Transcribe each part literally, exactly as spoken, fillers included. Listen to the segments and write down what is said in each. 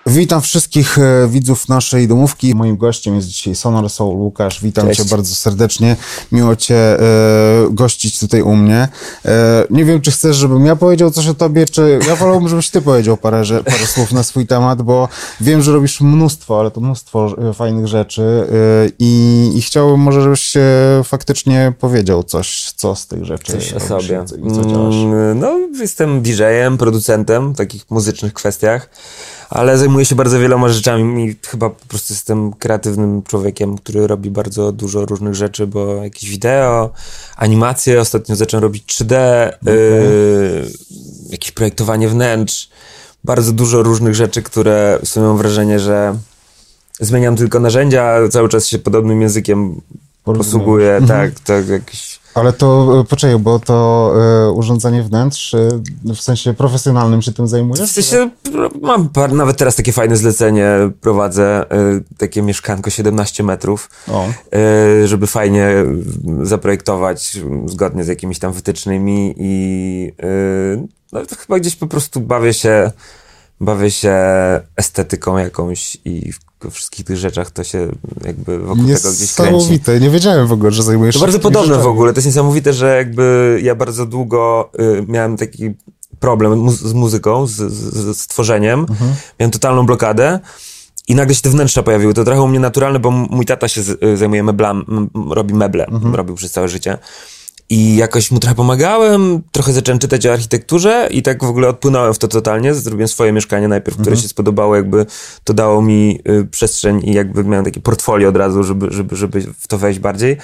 Witam wszystkich e, widzów naszej domówki. Moim gościem jest dzisiaj Sonor Soul Łukasz. Witam Cześć. Cię bardzo serdecznie. Miło Cię e, gościć tutaj u mnie. E, nie wiem, czy chcesz, żebym ja powiedział coś o Tobie, czy ja wolałbym, żebyś Ty powiedział parę, że, parę słów na swój temat, bo wiem, że robisz mnóstwo, ale to mnóstwo fajnych rzeczy e, i, i chciałbym może, żebyś e, faktycznie powiedział coś, co z tych rzeczy Coś robisz o sobie. I co działasz. No, jestem D J-em, producentem w takich muzycznych kwestiach. Ale zajmuję się bardzo wieloma rzeczami i chyba po prostu jestem kreatywnym człowiekiem, który robi bardzo dużo różnych rzeczy, bo jakieś wideo, animacje, ostatnio zacząłem robić trzy D, okay. yy, jakieś projektowanie wnętrz, bardzo dużo różnych rzeczy, które w sumie mam wrażenie, że zmieniam tylko narzędzia, cały czas się podobnym językiem posługuję, mhm. tak, tak, jakiś... Ale to, poczekaj, bo to y, urządzenie wnętrz, y, w sensie profesjonalnym się tym zajmujesz? W sensie, mam par, nawet teraz takie fajne zlecenie, prowadzę y, takie mieszkanko siedemnaście metrów, y, żeby fajnie zaprojektować zgodnie z jakimiś tam wytycznymi i y, no, to chyba gdzieś po prostu bawię się, bawię się estetyką jakąś i we wszystkich tych rzeczach to się jakby wokół tego gdzieś kręci. Niesamowite, nie wiedziałem w ogóle, że zajmujesz się To bardzo podobne rzeczami. W ogóle, to jest niesamowite, że jakby ja bardzo długo y, miałem taki problem mu- z muzyką, z, z, z tworzeniem, mhm. miałem totalną blokadę i nagle się te wnętrza pojawiły. To trochę u mnie naturalne, bo mój tata się z, y, zajmuje meblami, m, robi meble, mhm. robił przez całe życie. I jakoś mu trochę pomagałem, trochę zacząłem czytać o architekturze i tak w ogóle odpłynąłem w to totalnie. Zrobiłem swoje mieszkanie najpierw, które mhm. się spodobało, jakby to dało mi y, przestrzeń i jakby miałem takie portfolio od razu, żeby, żeby, żeby w to wejść bardziej.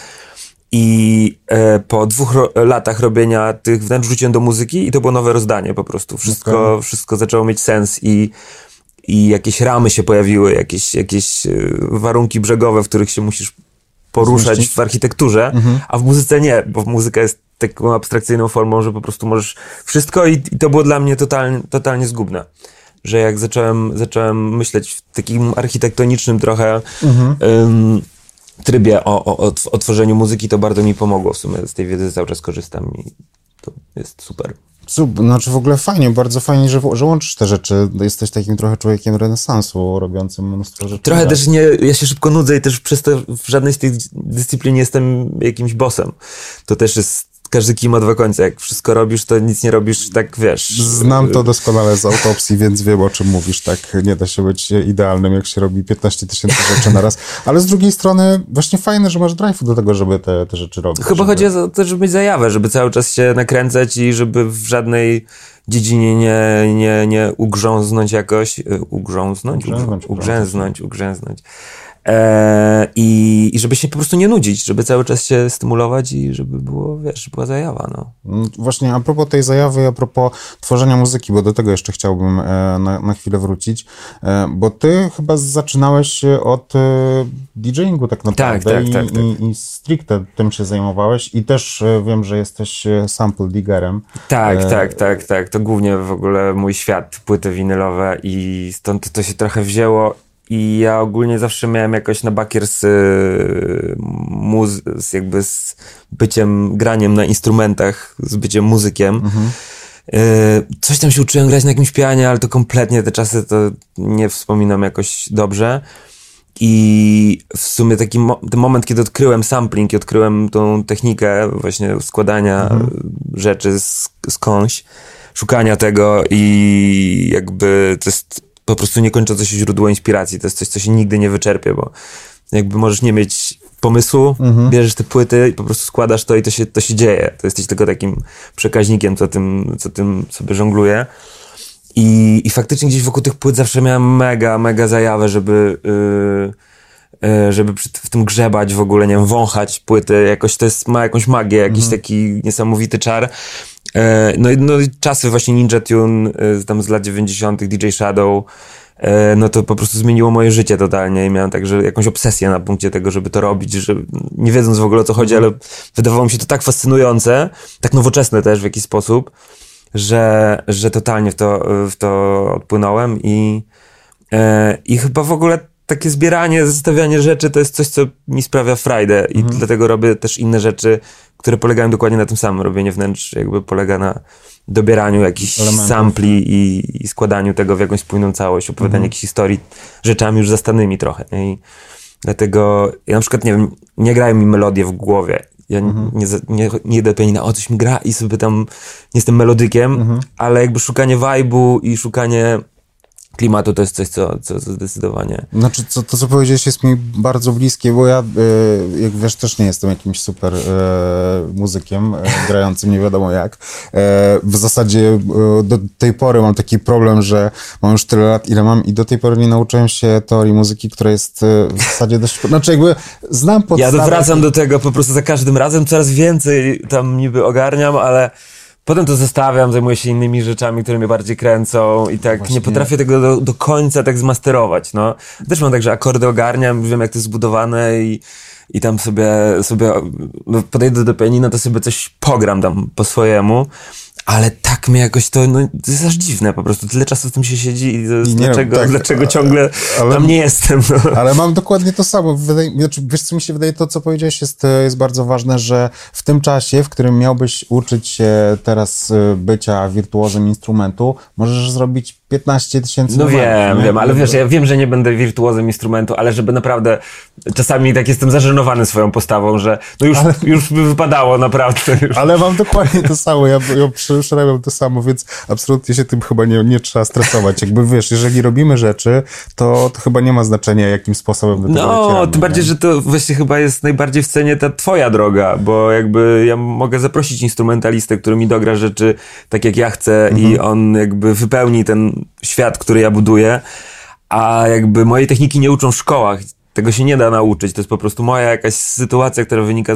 I e, po dwóch ro- latach robienia tych wnętrz wrzuciłem do muzyki i to było nowe rozdanie po prostu. Wszystko, okay. wszystko zaczęło mieć sens i, i jakieś ramy się pojawiły, jakieś, jakieś y, warunki brzegowe, w których się musisz poruszać Zmieścić. w architekturze, mhm. a w muzyce nie, bo muzyka jest taką abstrakcyjną formą, że po prostu możesz wszystko i, i to było dla mnie totalnie, totalnie zgubne. Że jak zacząłem, zacząłem myśleć w takim architektonicznym trochę mhm. ym, trybie o, o, o, o tworzeniu muzyki, to bardzo mi pomogło w sumie. Z tej wiedzy cały czas korzystam i to jest super. Super, znaczy w ogóle fajnie, bardzo fajnie, że, że łączysz te rzeczy. Jesteś takim trochę człowiekiem renesansu, robiącym mnóstwo rzeczy. Trochę też nie, ja się szybko nudzę i też przez to w żadnej z tych dyscyplin nie jestem jakimś bossem. To też jest, każdy kij ma dwa końce. Jak wszystko robisz, to nic nie robisz, tak wiesz. Znam to doskonale z autopsji, więc wiem, o czym mówisz. Tak, nie da się być idealnym, jak się robi piętnaście tysięcy rzeczy na raz. Ale z drugiej strony właśnie fajne, że masz drive do tego, żeby te, te rzeczy robić. Chyba żeby... chodzi o to, żeby mieć zajawę, żeby cały czas się nakręcać i żeby w żadnej dziedzinie nie, nie, nie ugrząznąć jakoś. Ugrząznąć? Ugrzęznąć. Ugrzęznąć, ugrzęznąć. Eee, i, I żeby się po prostu nie nudzić, żeby cały czas się stymulować i żeby było, wiesz, była zajawa, no. Właśnie a propos tej zajawy, a propos tworzenia muzyki, bo do tego jeszcze chciałbym e, na, na chwilę wrócić, e, bo ty chyba zaczynałeś od e, DJingu tak naprawdę tak, tak, i, tak, tak. i, i stricte tym się zajmowałeś i też e, wiem, że jesteś sample diggerem. Tak, e, tak, tak, tak, to głównie w ogóle mój świat, płyty winylowe i stąd to się trochę wzięło. I ja ogólnie zawsze miałem jakoś na bakier z, muzy- z jakby z byciem, graniem na instrumentach, z byciem muzykiem. Mhm. Coś tam się uczyłem grać na jakimś pianie, ale to kompletnie te czasy to nie wspominam jakoś dobrze. I w sumie taki mo- ten moment, kiedy odkryłem sampling i odkryłem tą technikę właśnie składania mhm. rzeczy z, skądś, szukania tego i jakby to jest po prostu niekończące się źródło inspiracji. To jest coś, co się nigdy nie wyczerpie, bo jakby możesz nie mieć pomysłu, mhm. bierzesz te płyty i po prostu składasz to i to się, to się dzieje. To jesteś tylko takim przekaźnikiem, co tym, co tym sobie żongluje. I, i faktycznie gdzieś wokół tych płyt zawsze miałem mega, mega zajawę, żeby, yy, yy, żeby przy, w tym grzebać w ogóle, nie wiem, wąchać płyty. Jakoś to jest, ma jakąś magię, jakiś mhm. taki niesamowity czar. No i, no i czasy właśnie Ninja Tune, tam z lat dziewięćdziesiątych, D J Shadow, no to po prostu zmieniło moje życie totalnie i miałem także jakąś obsesję na punkcie tego, żeby to robić, że nie wiedząc w ogóle o co chodzi, ale wydawało mi się to tak fascynujące, tak nowoczesne też w jakiś sposób, że, że totalnie w to, w to odpłynąłem i, i chyba w ogóle takie zbieranie, zestawianie rzeczy to jest coś, co mi sprawia frajdę i mhm. dlatego robię też inne rzeczy, które polegają dokładnie na tym samym. Robienie wnętrz jakby polega na, dobieraniu jakichś elementów, sampli i, i składaniu tego w jakąś spójną całość, opowiadaniu mhm. jakichś historii rzeczami już zastanymi trochę. Nie? I dlatego ja na przykład, nie wiem, nie grają mi melodie w głowie. Ja mhm. nie, nie, nie idę do pianina, o coś mi gra i sobie tam nie jestem melodykiem, mhm. ale jakby szukanie vibe'u i szukanie klimatu to jest coś, co, co, co zdecydowanie... Znaczy, co, to co powiedziałeś jest mi bardzo bliskie, bo ja, y, jak wiesz, też nie jestem jakimś super y, muzykiem, y, grającym nie wiadomo jak. Y, w zasadzie y, do tej pory mam taki problem, że mam już tyle lat, ile mam i do tej pory nie nauczyłem się teorii muzyki, która jest y, w zasadzie dość... Znaczy jakby znam podstawę... Ja wracam do tego po prostu za każdym razem, coraz więcej tam niby ogarniam, ale... Potem to zostawiam, zajmuję się innymi rzeczami, które mnie bardziej kręcą i tak Właśnie. nie potrafię tego do, do końca tak zmasterować, no. Też mam tak, że akordy ogarniam, wiem jak to jest zbudowane i, i tam sobie, sobie podejdę do pianina, to sobie coś pogram tam po swojemu, ale tak mnie jakoś to, no, to jest aż dziwne po prostu, tyle czasu w tym się siedzi i, I dlaczego, tak, dlaczego ciągle ale, tam nie jestem. No. Ale mam dokładnie to samo. Wydaje, znaczy, wiesz co mi się wydaje, to co powiedziałeś jest, jest bardzo ważne, że w tym czasie, w którym miałbyś uczyć się teraz bycia wirtuozem instrumentu, możesz zrobić piętnaście tysięcy No wiem, nie? wiem, ale wiesz, ja wiem, że nie będę wirtuozem instrumentu, ale żeby naprawdę, czasami tak jestem zażenowany swoją postawą, że no już, ale, już by wypadało naprawdę. Już. Ale mam dokładnie to samo, ja, ja przerabiam to samo, więc absolutnie się tym chyba nie, nie trzeba stresować. Jakby wiesz, jeżeli robimy rzeczy, to, to chyba nie ma znaczenia, jakim sposobem do tego No, docieramy, tym bardziej, że to właśnie chyba jest najbardziej w cenie ta twoja droga, bo jakby ja mogę zaprosić instrumentalistę, który mi dogra rzeczy tak jak ja chcę mhm. i on jakby wypełni ten świat, który ja buduję, a jakby mojej techniki nie uczą w szkołach. Tego się nie da nauczyć. To jest po prostu moja jakaś sytuacja, która wynika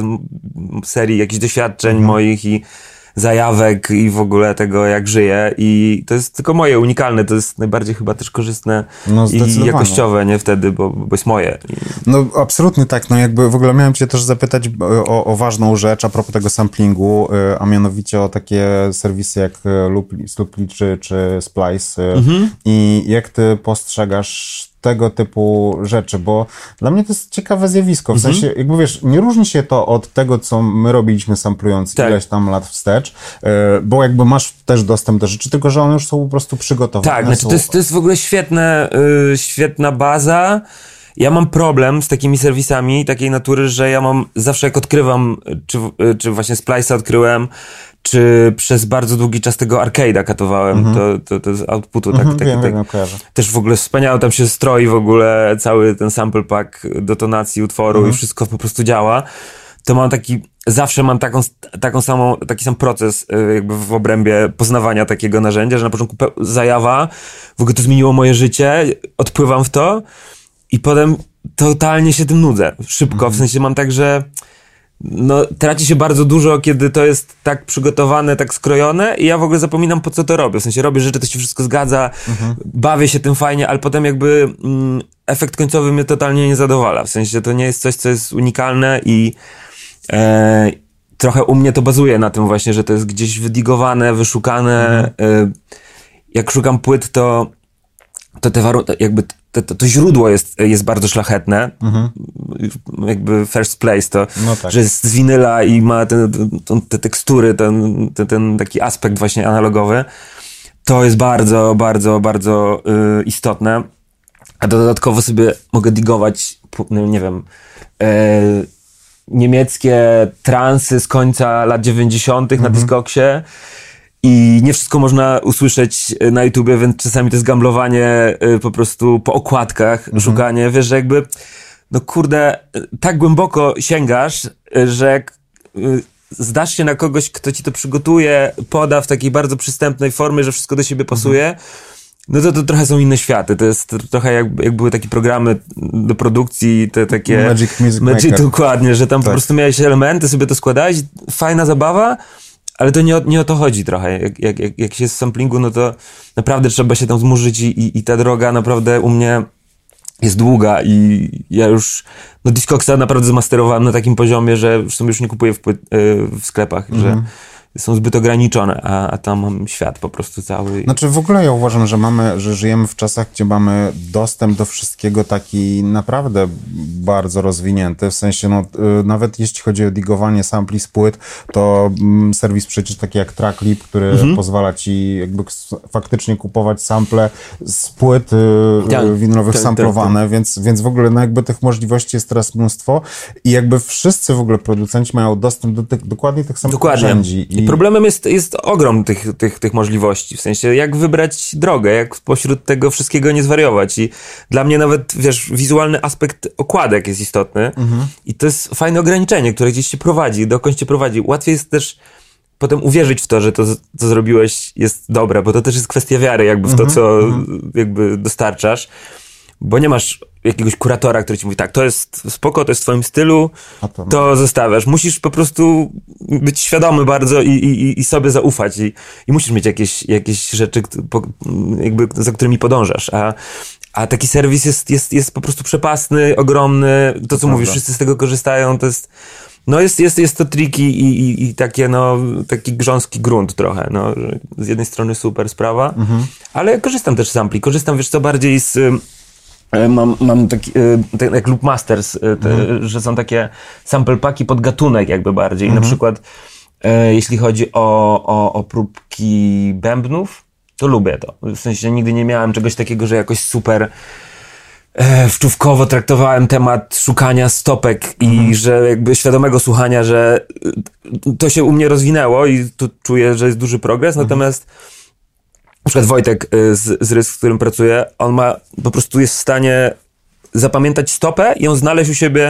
z serii jakichś doświadczeń mhm. moich i zajawek i w ogóle tego, jak żyję i to jest tylko moje, unikalne, to jest najbardziej chyba też korzystne no, i jakościowe, nie wtedy, bo, bo jest moje. I... No absolutnie tak, no jakby w ogóle miałem cię też zapytać o, o ważną rzecz a propos tego samplingu, a mianowicie o takie serwisy jak Looply czy, czy Splice mhm. i jak ty postrzegasz tego typu rzeczy, bo dla mnie to jest ciekawe zjawisko, w mhm. sensie, jakby wiesz, nie różni się to od tego, co my robiliśmy samplując tak. ileś tam lat wstecz, bo jakby masz też dostęp do rzeczy, tylko że one już są po prostu przygotowane. Tak, znaczy są... to, jest, to jest w ogóle świetne, yy, świetna baza. Ja mam problem z takimi serwisami takiej natury, że ja mam zawsze jak odkrywam, czy, czy właśnie Splice'a odkryłem, czy przez bardzo długi czas tego arcade'a katowałem, mm-hmm. to, to, to z outputu. Tak, mm-hmm, tak, wiem, tak, wiem, tak. Też w ogóle wspaniało tam się stroi w ogóle cały ten sample pack do tonacji utworu mm-hmm. i wszystko po prostu działa. To mam taki, zawsze mam taką, taką samą, taki sam proces jakby w obrębie poznawania takiego narzędzia, że na początku pe- zajawa, w ogóle to zmieniło moje życie, odpływam w to i potem totalnie się tym nudzę. Szybko, mm-hmm. w sensie mam tak, że no, traci się bardzo dużo, kiedy to jest tak przygotowane, tak skrojone i ja w ogóle zapominam, po co to robię. W sensie robię rzeczy, to się wszystko zgadza, mhm. bawię się tym fajnie, ale potem jakby mm, efekt końcowy mnie totalnie nie zadowala. W sensie to nie jest coś, co jest unikalne i e, trochę u mnie to bazuje na tym właśnie, że to jest gdzieś wydigowane, wyszukane. Mhm. E, jak szukam płyt, to to te warunki, jakby to, to, to źródło jest, jest bardzo szlachetne. Mhm. Jakby first place to, no tak. że jest z winyla i ma te, te, te tekstury, ten, ten, ten taki aspekt właśnie analogowy. To jest bardzo, bardzo, bardzo y, istotne. A dodatkowo sobie mogę digować, nie wiem, y, niemieckie transy z końca lat dziewięćdziesiątych mhm. na Discogsie. I nie wszystko można usłyszeć na YouTubie, więc czasami to jest gamblowanie y, po prostu po okładkach, mhm. szukanie, wiesz, że jakby, no kurde, tak głęboko sięgasz, y, że jak y, zdasz się na kogoś, kto ci to przygotuje, poda w takiej bardzo przystępnej formie, że wszystko do siebie pasuje, mhm. no to to trochę są inne światy. To jest trochę jak, jak były takie programy do produkcji, te takie... Magic Music Magic, Maker. Dokładnie, że tam tak. po prostu miałeś elementy, sobie to składałeś, fajna zabawa, ale to nie o, nie o to chodzi trochę. Jak, jak, jak, jak się jest w samplingu, no to naprawdę trzeba się tam zmurzyć i, i, i ta droga naprawdę u mnie jest długa i ja już no Discogsa naprawdę zmasterowałem na takim poziomie, że w sumie już nie kupuję w, płyt, w sklepach, mm-hmm. że są zbyt ograniczone, a, a tam mam świat po prostu cały. Znaczy w ogóle ja uważam, że mamy, że żyjemy w czasach, gdzie mamy dostęp do wszystkiego taki naprawdę bardzo rozwinięty, w sensie no, nawet jeśli chodzi o digowanie sampli z płyt, to mm, serwis przecież taki jak Tracklip, który mhm. pozwala ci jakby faktycznie kupować sample z płyt tak, winylowych tak, samplowane, tak, tak. Więc, więc w ogóle no, jakby tych możliwości jest teraz mnóstwo i jakby wszyscy w ogóle producenci mają dostęp do tych, dokładnie tych samych narzędzi. I problemem jest, jest ogrom tych, tych, tych możliwości, w sensie jak wybrać drogę, jak pośród tego wszystkiego nie zwariować i dla mnie nawet, wiesz, wizualny aspekt okładek jest istotny mhm. i to jest fajne ograniczenie, które gdzieś cię prowadzi, dokądś cię prowadzi. Łatwiej jest też potem uwierzyć w to, że to, co zrobiłeś jest dobre, bo to też jest kwestia wiary jakby w to, co mhm. jakby dostarczasz, bo nie masz jakiegoś kuratora, który ci mówi, tak, to jest spoko, to jest w twoim stylu, to, to zostawiasz. Musisz po prostu być świadomy bardzo i, i, i sobie zaufać i, i musisz mieć jakieś, jakieś rzeczy, jakby, za którymi podążasz, a, a taki serwis jest, jest, jest po prostu przepastny, ogromny, to, co to mówisz, wszyscy z tego korzystają, to jest no jest, jest, jest to tricky i, i, i takie, no, taki grząski grunt trochę, no, z jednej strony super sprawa, mhm. ale korzystam też z sampli, korzystam, wiesz co, bardziej z Mam, mam taki, tak jak Loop Masters, te, mhm. że są takie sample paki pod gatunek jakby bardziej. Mhm. Na przykład e, jeśli chodzi o, o, o próbki bębnów, to lubię to. W sensie nigdy nie miałem czegoś takiego, że jakoś super e, wczówkowo traktowałem temat szukania stopek mhm. i że jakby świadomego słuchania, że to się u mnie rozwinęło i tu czuję, że jest duży progres, mhm. natomiast na przykład Wojtek z, z Rys, z którym pracuję, on ma, po prostu jest w stanie zapamiętać stopę i ją znaleźć u siebie y,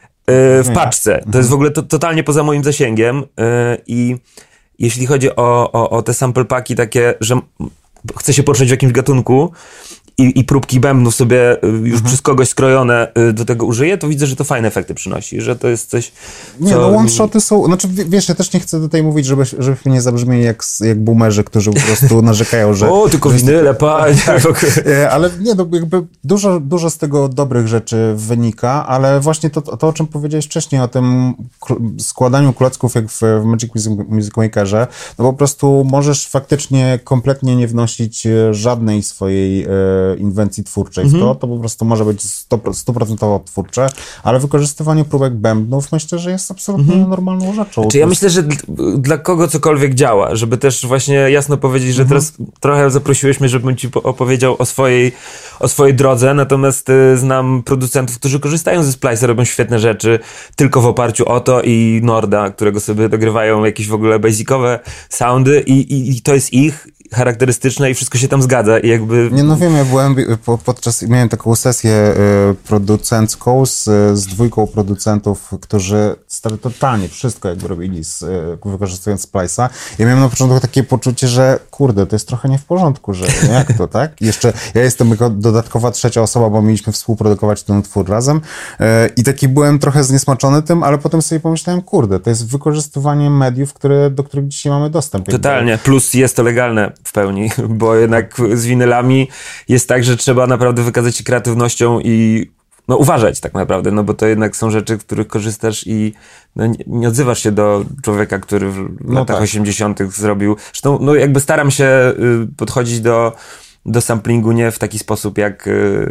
w paczce. To jest w ogóle to, totalnie poza moim zasięgiem y, i jeśli chodzi o, o, o te sample paki takie, że chce się poruszać w jakimś gatunku i, i próbki bębnów sobie już mhm. przez kogoś skrojone do tego użyję, to widzę, że to fajne efekty przynosi, że to jest coś, co... Nie, no one-shoty są... Znaczy, wiesz, ja też nie chcę tutaj mówić, żeby, żebyśmy nie zabrzmieli jak, jak boomerzy, którzy po prostu narzekają, że... O, tylko winyle, panie. Tak, ale nie, no jakby dużo, dużo z tego dobrych rzeczy wynika, ale właśnie to, to o czym powiedziałeś wcześniej, o tym składaniu klocków jak w, w Magic Music Makerze, no po prostu możesz faktycznie kompletnie nie wnosić żadnej swojej e, inwencji twórczej w to, mm-hmm. to po prostu może być stuprocentowo twórcze, ale wykorzystywanie próbek bębnów myślę, że jest absolutnie mm-hmm. normalną rzeczą. Czy ja myślę, że d- dla kogo cokolwiek działa, żeby też właśnie jasno powiedzieć, że mm-hmm. teraz trochę zaprosiłeś mnie, żebym ci opowiedział o swojej, o swojej drodze, natomiast y, znam producentów, którzy korzystają ze Splice'a, robią świetne rzeczy tylko w oparciu o to i Norda, którego sobie dogrywają jakieś w ogóle basicowe soundy i, i, i to jest ich charakterystyczne i wszystko się tam zgadza i jakby... Nie, no wiem, ja byłem po, podczas, miałem taką sesję y, producencką z, z dwójką producentów, którzy stary, totalnie wszystko jakby robili z, y, wykorzystując Splice'a. Ja miałem na początku takie poczucie, że kurde, to jest trochę nie w porządku, że jak to, tak? Jeszcze ja jestem jako dodatkowa trzecia osoba, bo mieliśmy współprodukować ten utwór razem y, i taki byłem trochę zniesmaczony tym, ale potem sobie pomyślałem, kurde, to jest wykorzystywanie mediów, które, do których dzisiaj mamy dostęp. Jakby. Totalnie, plus jest to legalne w pełni, bo jednak z winylami jest tak, że trzeba naprawdę wykazać się kreatywnością i no, uważać tak naprawdę, no bo to jednak są rzeczy, z których korzystasz i no, nie, nie odzywasz się do człowieka, który w no latach tak. osiemdziesiątych zrobił. Zresztą no, jakby staram się y, podchodzić do do samplingu nie w taki sposób, jak,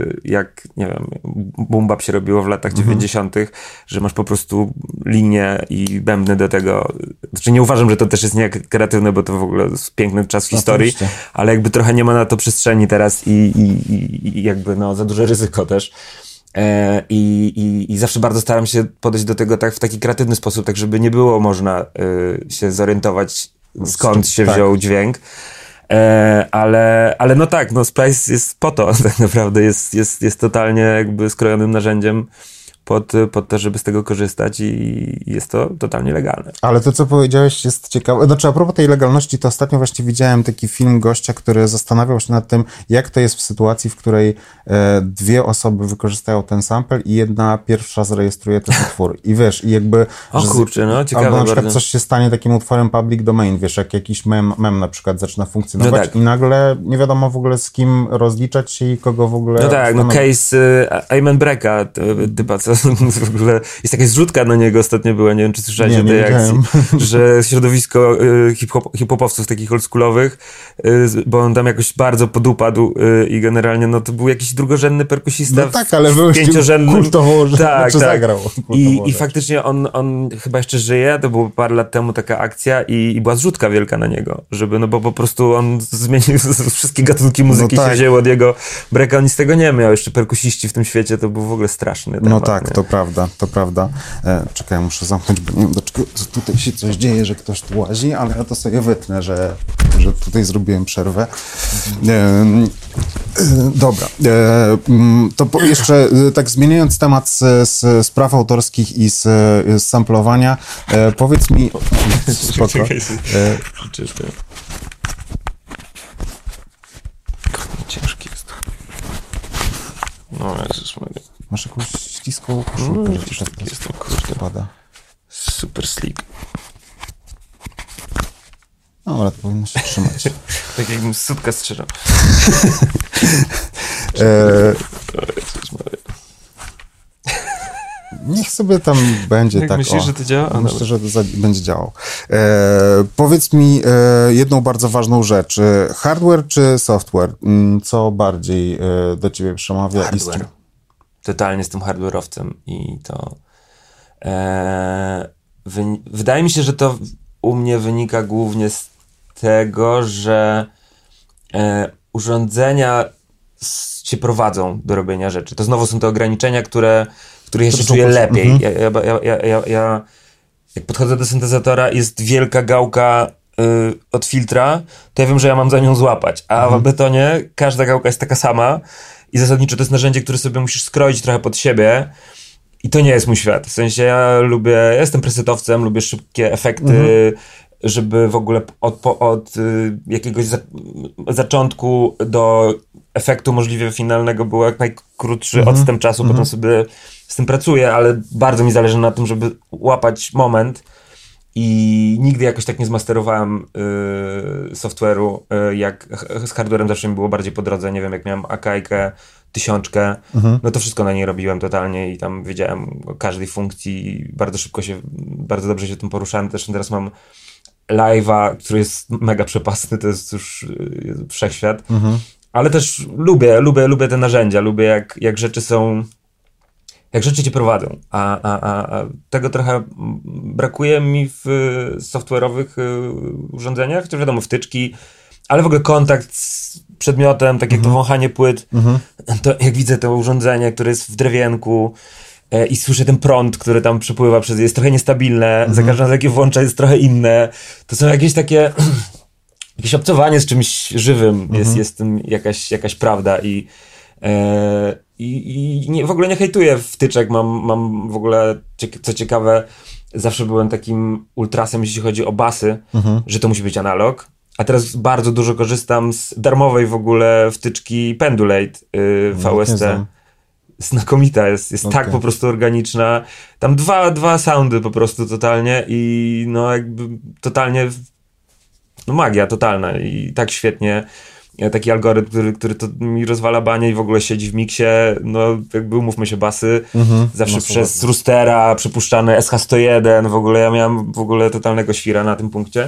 jak nie wiem, boom bap się robiło w latach mhm. dziewięćdziesiątych, że masz po prostu linię i bębny do tego. Znaczy nie uważam, że to też jest nie kreatywne, bo to w ogóle jest piękny czas w historii, oczywiście. Ale jakby trochę nie ma na to przestrzeni teraz i, i, i jakby no za duże ryzyko też. E, i, i, I zawsze bardzo staram się podejść do tego tak w taki kreatywny sposób, tak żeby nie było można y, się zorientować, skąd się tak. wziął dźwięk. E, ale, ale no tak, no Splice jest po to, tak naprawdę jest, jest, jest totalnie jakby skrojonym narzędziem pod, pod to, żeby z tego korzystać i jest to totalnie legalne. Ale to, co powiedziałeś, jest ciekawe. Znaczy, a propos tej legalności, to ostatnio właśnie widziałem taki film gościa, który zastanawiał się nad tym, jak to jest w sytuacji, w której e, dwie osoby wykorzystają ten sample i jedna pierwsza zarejestruje ten utwór. I wiesz, i jakby... O kurczę, no ciekawe albo na przykład bardzo. Coś się stanie takim utworem public domain, wiesz, jak jakiś mem, mem na przykład zaczyna funkcjonować no tak. i nagle nie wiadomo w ogóle z kim rozliczać się i kogo w ogóle... No tak, no case y, Amen Breka, typa, co to w ogóle jest jakaś zrzutka na niego ostatnio była, nie wiem, czy słyszałeś o tej akcji, że środowisko y, hip-hop, hip-hopowców takich oldschoolowych, y, bo on tam jakoś bardzo podupadł y, i generalnie no to był jakiś drugorzędny perkusista. No tak, ale był pięciorzędnym... kultowo, że tak, tak. zagrał. I, I faktycznie on, on chyba jeszcze żyje, to było parę lat temu taka akcja i, i była zrzutka wielka na niego, żeby, no bo po prostu on zmienił wszystkie gatunki muzyki, no tak. się wzięły od jego breka, on nic z tego nie miał, jeszcze perkusiści w tym świecie, to był w ogóle straszny temat. No tak, nie? to prawda, to prawda. E, czekaj, ja muszę zamknąć, bo nie wiem, dlaczego tutaj się coś dzieje, że ktoś tu łazi, ale ja to sobie wytnę, że, że tutaj zrobiłem przerwę. E, e, dobra, e, to po, jeszcze tak zmieniając temat z, z, z praw autorskich i z, z samplowania, e, powiedz mi... Spoko. E, Ciężki jest. No, Jezus Maria. Masz jakąś śliską koszulkę, no, że ci tak jestem, kurde. Pada. Super slick. No, ale to powinno się trzymać. Tak jakbym sutka strzelał. e... Niech sobie tam będzie Jak tak. myślisz, o, że to działa? A, myślę, że to za, będzie działał. E, powiedz mi e, jedną bardzo ważną rzecz. E, hardware czy software? Co bardziej e, do ciebie przemawia? Hardware. Totalnie jestem hardware'owcem i to e, wy, wydaje mi się, że to u mnie wynika głównie z tego, że e, urządzenia cię prowadzą do robienia rzeczy. To znowu są te ograniczenia, które których ja się czuję lepiej. Mhm. Ja, ja, ja, ja, ja, jak podchodzę do syntezatora, jest wielka gałka y, od filtra, to ja wiem, że ja mam za nią złapać. A mhm. w betonie każda gałka jest taka sama i zasadniczo to jest narzędzie, które sobie musisz skroić trochę pod siebie i to nie jest mój świat. W sensie ja lubię, ja jestem presetowcem, lubię szybkie efekty, mhm. żeby w ogóle od, od y, jakiegoś za, zaczątku do efektu możliwie finalnego było jak najkrótszy mhm. odstęp czasu, mhm. potem sobie z tym pracuję, ale bardzo mi zależy na tym, żeby łapać moment i nigdy jakoś tak nie zmasterowałem y, software'u, y, jak z hardware'em zawsze mi było bardziej po drodze, nie wiem, jak miałem akajkę, tysiączkę, mhm. no to wszystko na niej robiłem totalnie i tam wiedziałem o każdej funkcji i bardzo szybko się, bardzo dobrze się tym poruszałem. Też teraz mam live'a, który jest mega przepasny, to jest już y, wszechświat, mhm. ale też lubię, lubię, lubię te narzędzia, lubię jak, jak rzeczy są jak rzeczy cię prowadzą, a, a, a, a tego trochę brakuje mi w software'owych urządzeniach, to wiadomo, wtyczki, ale w ogóle kontakt z przedmiotem, tak jak mhm. to wąchanie płyt, mhm. to jak widzę to urządzenie, które jest w drewienku e, i słyszę ten prąd, który tam przepływa przez, jest trochę niestabilne, mhm. za każdym razem jak je włącza jest trochę inne, to są jakieś takie jakieś obcowanie z czymś żywym, mhm. jest, jest tym jakaś, jakaś prawda i e, I, i nie, w ogóle nie hejtuję wtyczek, mam, mam w ogóle, co ciekawe, zawsze byłem takim ultrasem, jeśli chodzi o basy, mhm. że to musi być analog, a teraz bardzo dużo korzystam z darmowej w ogóle wtyczki Pendulate yy, V S T. Znakomita jest, jest okay. tak po prostu organiczna. Tam dwa, dwa soundy po prostu totalnie i no jakby totalnie, no magia totalna i tak świetnie. Taki algorytm, który, który to mi rozwala banie i w ogóle siedzi w miksie, no jakby umówmy się, basy, mhm, zawsze no, przez ładnie. Roostera przypuszczane S H sto jeden, w ogóle ja miałem w ogóle totalnego świra na tym punkcie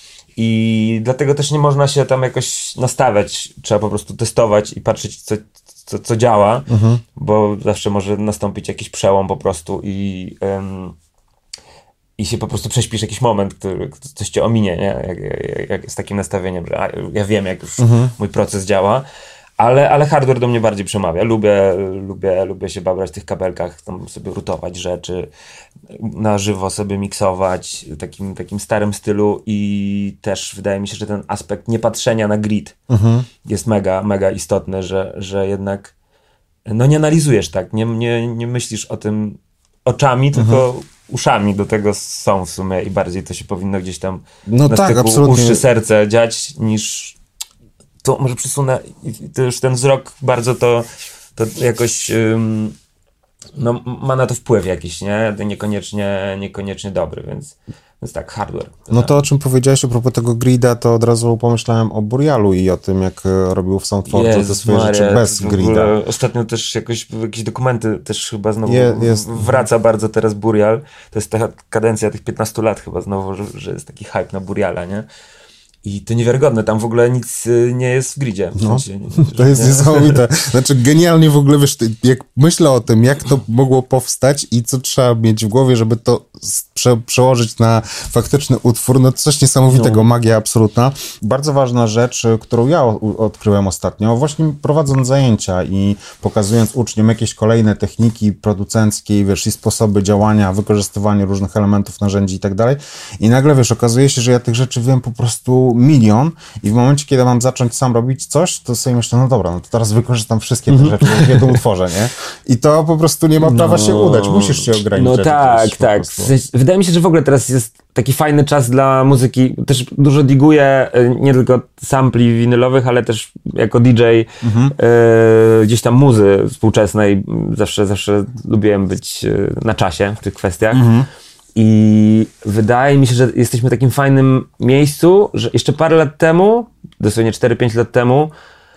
i dlatego też nie można się tam jakoś nastawiać, trzeba po prostu testować i patrzeć co, co, co działa, mhm. bo zawsze może nastąpić jakiś przełom po prostu i um, i się po prostu prześpisz jakiś moment, który coś cię ominie, nie? Jak, jak, jak z takim nastawieniem, że a, ja wiem, jak już mhm. mój proces działa, ale, ale hardware do mnie bardziej przemawia. Lubię, lubię, lubię się babrać w tych kabelkach, tam sobie rutować rzeczy, na żywo sobie miksować w takim, takim starym stylu i też wydaje mi się, że ten aspekt niepatrzenia na grid mhm. jest mega, mega istotny, że, że jednak no nie analizujesz tak, nie, nie, nie myślisz o tym oczami, mhm. tylko uszami do tego są w sumie i bardziej to się powinno gdzieś tam no na tak, styku absolutnie. uszy, serce dziać, niż to może przesunę, to już ten wzrok bardzo to, to jakoś ym, no, ma na to wpływ jakiś, nie? Niekoniecznie, niekoniecznie dobry, więc Więc tak, hardware. No to o czym powiedziałeś a propos tego grida, to od razu pomyślałem o Burialu i o tym, jak robił w Soundforge te swoje Maria, rzeczy bez grida. Ostatnio też jakoś jakieś dokumenty też chyba znowu Je, jest. wraca bardzo teraz Burial. To jest ta kadencja tych piętnastu lat chyba znowu, że, że jest taki hype na Buriala, nie? I to niewiarygodne, tam w ogóle nic nie jest w gridzie. W no, sensie, to jest nie... niesamowite. Znaczy genialnie w ogóle, wiesz, jak myślę o tym, jak to mogło powstać i co trzeba mieć w głowie, żeby to prze, przełożyć na faktyczny utwór, no coś niesamowitego, no. Magia absolutna. Bardzo ważna rzecz, którą ja odkryłem ostatnio, właśnie prowadząc zajęcia i pokazując uczniom jakieś kolejne techniki producenckie, wiesz, i sposoby działania, wykorzystywanie różnych elementów, narzędzi i tak dalej. I nagle, wiesz, okazuje się, że ja tych rzeczy wiem po prostu milion i w momencie, kiedy mam zacząć sam robić coś, to sobie myślę, no dobra, no to teraz wykorzystam wszystkie te rzeczy w jednym utworze, nie? I to po prostu nie ma prawa no, się udać, musisz się ograniczyć. No tak, tak. Wydaje mi się, że w ogóle teraz jest taki fajny czas dla muzyki. Też dużo diguję, nie tylko sampli winylowych, ale też jako D J mhm. y, gdzieś tam muzy współczesnej. Zawsze, zawsze lubiłem być na czasie w tych kwestiach. Mhm. I wydaje mi się, że jesteśmy w takim fajnym miejscu, że jeszcze parę lat temu, dosłownie cztery pięć lat temu,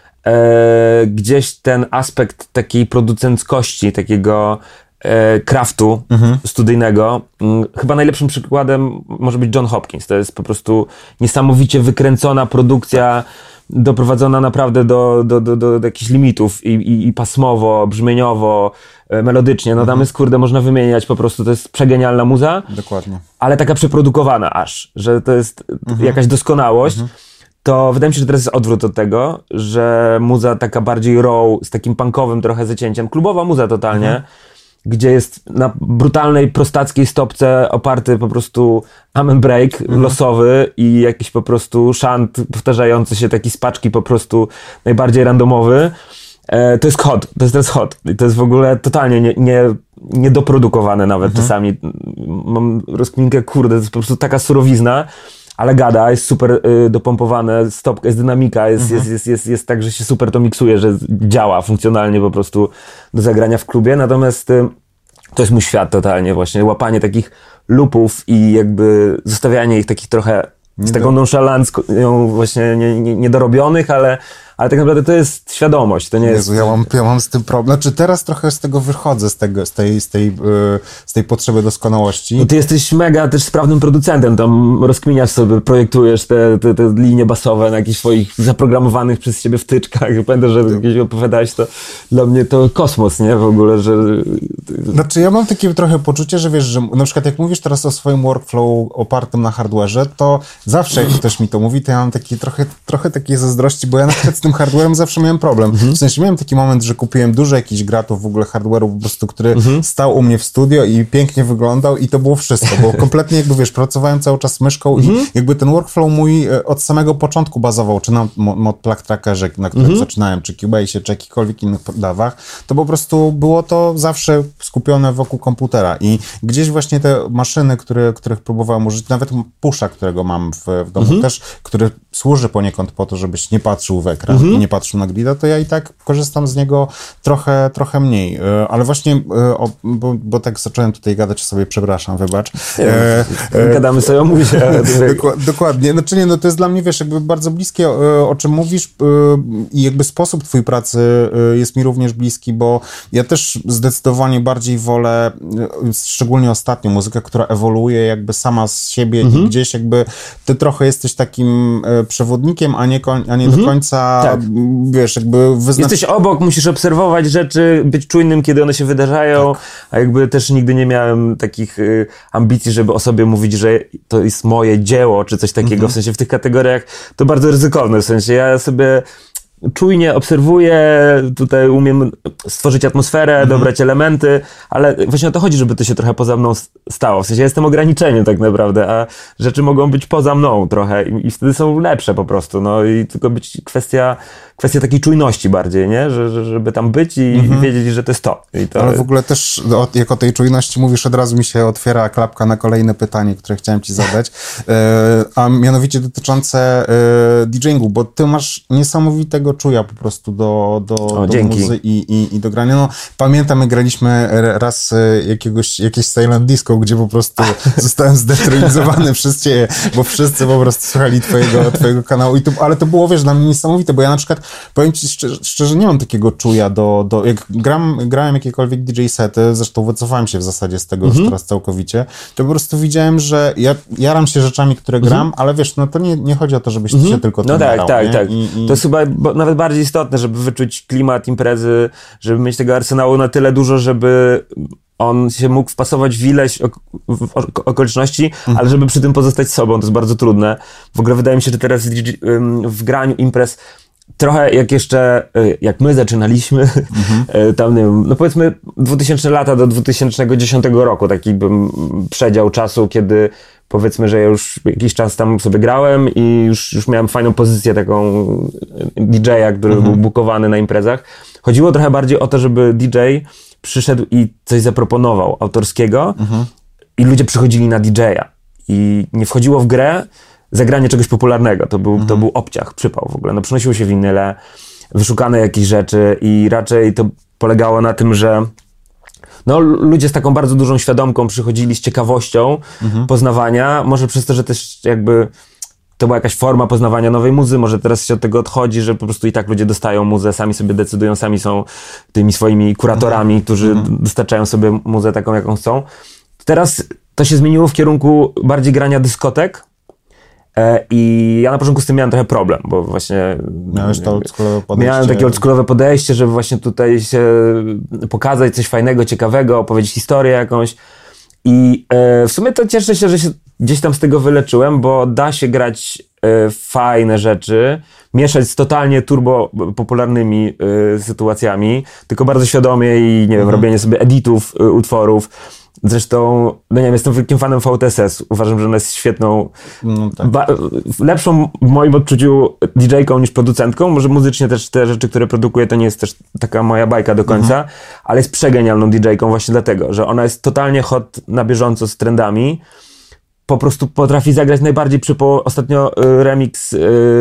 e, gdzieś ten aspekt takiej producenckości, takiego e, craftu mhm. studyjnego, m, chyba najlepszym przykładem może być John Hopkins. To jest po prostu niesamowicie wykręcona produkcja, doprowadzona naprawdę do, do, do, do, do jakichś limitów i, i, i pasmowo, brzmieniowo, melodycznie, no tam mhm. jest, kurde, można wymieniać po prostu, to jest przegenialna muza. Dokładnie. Ale taka przeprodukowana aż, że to jest mhm. jakaś doskonałość. Mhm. To wydaje mi się, że teraz jest odwrót od tego, że muza taka bardziej raw, z takim punkowym trochę zacięciem, klubowa muza totalnie, mhm. gdzie jest na brutalnej, prostackiej stopce oparty po prostu amen break mhm. losowy i jakiś po prostu szant powtarzający się, taki z paczki po prostu najbardziej randomowy. To jest hot, to jest teraz hot i to jest w ogóle totalnie nie, nie, niedoprodukowane nawet mhm. czasami. Mam rozkminkę, kurde, to jest po prostu taka surowizna, ale gada, jest super y, dopompowane, stopka, jest dynamika, jest, mhm. jest, jest, jest, jest tak, że się super to miksuje, że działa funkcjonalnie po prostu do zagrania w klubie, natomiast y, to jest mój świat totalnie właśnie, łapanie takich loopów i jakby zostawianie ich takich trochę z taką nonszalancją właśnie nie, nie, niedorobionych, ale ale tak naprawdę to jest świadomość, to nie Jezu, jest... ja mam, ja mam z tym problem. Znaczy teraz trochę z tego wychodzę, z, tego, z, tej, z, tej, yy, z tej potrzeby doskonałości. No ty jesteś mega też sprawnym producentem, tam rozkminiasz sobie, projektujesz te, te, te linie basowe na jakichś swoich zaprogramowanych przez siebie wtyczkach. Pamiętam, że jakieś opowiadałeś, to dla mnie to kosmos, nie? W ogóle, że... Znaczy ja mam takie trochę poczucie, że wiesz, że na przykład jak mówisz teraz o swoim workflow opartym na hardware'ze, to zawsze jak ktoś mi to mówi, to ja mam takie trochę, trochę takiej zazdrości, bo ja na przykład z tym hardware'em zawsze miałem problem. Mhm. W sensie miałem taki moment, że kupiłem dużo jakichś gratów w ogóle hardware'u po prostu, który mhm. stał u mnie w studio i pięknie wyglądał i to było wszystko, bo kompletnie jakby wiesz, pracowałem cały czas myszką mhm. i jakby ten workflow mój od samego początku bazował, czy na mod plug trackerze, na którym mhm. zaczynałem, czy Cubase, czy jakichkolwiek innych dawach, to po prostu było to zawsze skupione wokół komputera i gdzieś właśnie te maszyny, które, których próbowałem użyć, nawet Pusha, którego mam w, w domu mhm. też, który służy poniekąd po to, żebyś nie patrzył w ekran mhm. i nie patrzył na grida, to ja i tak korzystam z niego trochę, trochę mniej. Ale właśnie, bo, bo tak zacząłem tutaj gadać sobie, przepraszam, wybacz. E, e, Gadamy sobie o muzie. Dokładnie. Znaczy nie, no to jest dla mnie, wiesz, jakby bardzo bliskie, o czym mówisz i jakby sposób twój pracy jest mi również bliski, bo ja też zdecydowanie bardziej wolę, szczególnie ostatnio, muzykę, która ewoluuje jakby sama z siebie mhm. i gdzieś jakby ty trochę jesteś takim przewodnikiem, a nie, koń, a nie mhm. do końca, tak. wiesz, jakby wyznacz... Jesteś obok, musisz obserwować rzeczy, być czujnym, kiedy one się wydarzają, tak. a jakby też nigdy nie miałem takich y, ambicji, żeby o sobie mówić, że to jest moje dzieło, czy coś takiego, mhm. w sensie w tych kategoriach to bardzo ryzykowne, w sensie ja sobie czujnie obserwuję, tutaj umiem stworzyć atmosferę, mhm. dobrać elementy, ale właśnie o to chodzi, żeby to się trochę poza mną stało. W sensie ja jestem ograniczeniem tak naprawdę, a rzeczy mogą być poza mną trochę i, i wtedy są lepsze po prostu, no i tylko być kwestia, kwestia takiej czujności bardziej, nie? Że, że, żeby tam być i, mhm. i wiedzieć, że to jest to. I to ale w ogóle też, jak o tej czujności mówisz, od razu mi się otwiera klapka na kolejne pytanie, które chciałem ci zadać, a mianowicie dotyczące DJingu, bo ty masz niesamowitego fajnego czuja po prostu do, do, o, do muzy i, i, i do grania. No, pamiętam, jak graliśmy raz jakiegoś, jakieś silent disco, gdzie po prostu zostałem zdetroizowany przez ciebie, bo wszyscy po prostu słuchali twojego, twojego kanału. I to, ale to było, wiesz, dla mnie niesamowite, bo ja na przykład, powiem ci szczerze, szczerze nie mam takiego czuja do, do jak gram, grałem jakiekolwiek D J sety, zresztą wycofałem się w zasadzie z tego mhm. już teraz całkowicie, to po prostu widziałem, że ja jaram się rzeczami, które gram, mhm. ale wiesz, no to nie, nie chodzi o to, żebyś mhm. się tylko tym No tak, jarał, tak, nie? tak. I, i... To jest chyba nawet bardziej istotne, żeby wyczuć klimat imprezy, żeby mieć tego arsenału na tyle dużo, żeby on się mógł wpasować w ileś ok- w okoliczności, mhm. ale żeby przy tym pozostać sobą, to jest bardzo trudne. W ogóle wydaje mi się, że teraz w graniu imprez trochę jak jeszcze, jak my zaczynaliśmy, mhm. tam nie wiem, no powiedzmy dwutysięczne lata do dwa tysiące dziesiątego roku, taki bym przedział czasu, kiedy powiedzmy, że ja już jakiś czas tam sobie grałem i już, już miałem fajną pozycję taką D J a, który mhm. był bookowany na imprezach. Chodziło trochę bardziej o to, żeby D J przyszedł i coś zaproponował autorskiego mhm. i ludzie przychodzili na D J a i nie wchodziło w grę zagranie czegoś popularnego. To był, mhm. to był obciach, przypał w ogóle. No przynosiło się winyle, wyszukane jakieś rzeczy i raczej to polegało na tym, że no, ludzie z taką bardzo dużą świadomką przychodzili z ciekawością mhm. poznawania, może przez to, że też jakby to była jakaś forma poznawania nowej muzy, może teraz się od tego odchodzi, że po prostu i tak ludzie dostają muzę, sami sobie decydują, sami są tymi swoimi kuratorami, mhm. którzy mhm. dostarczają sobie muzę taką, jaką chcą. Teraz to się zmieniło w kierunku bardziej grania dyskotek e, i ja na początku z tym miałem trochę problem, bo właśnie miałeś to oldschoolowe podejście. Miałem takie oldschoolowe podejście, żeby właśnie tutaj się pokazać coś fajnego, ciekawego, opowiedzieć historię jakąś. I e, w sumie to cieszę się, że się gdzieś tam z tego wyleczyłem, bo da się grać e, fajne rzeczy, mieszać z totalnie turbo popularnymi e, sytuacjami, tylko bardzo świadomie i nie wiem, mhm. robienie sobie editów e, utworów. Zresztą, no nie wiem, jestem wielkim fanem V T S S. Uważam, że ona jest świetną, no tak. ba- lepszą w moim odczuciu D J-ką niż producentką. Może muzycznie też te rzeczy, które produkuje, to nie jest też taka moja bajka do końca, mhm. ale jest przegenialną D J-ką właśnie dlatego, że ona jest totalnie hot na bieżąco z trendami. Po prostu potrafi zagrać najbardziej przypo... Ostatnio y, remix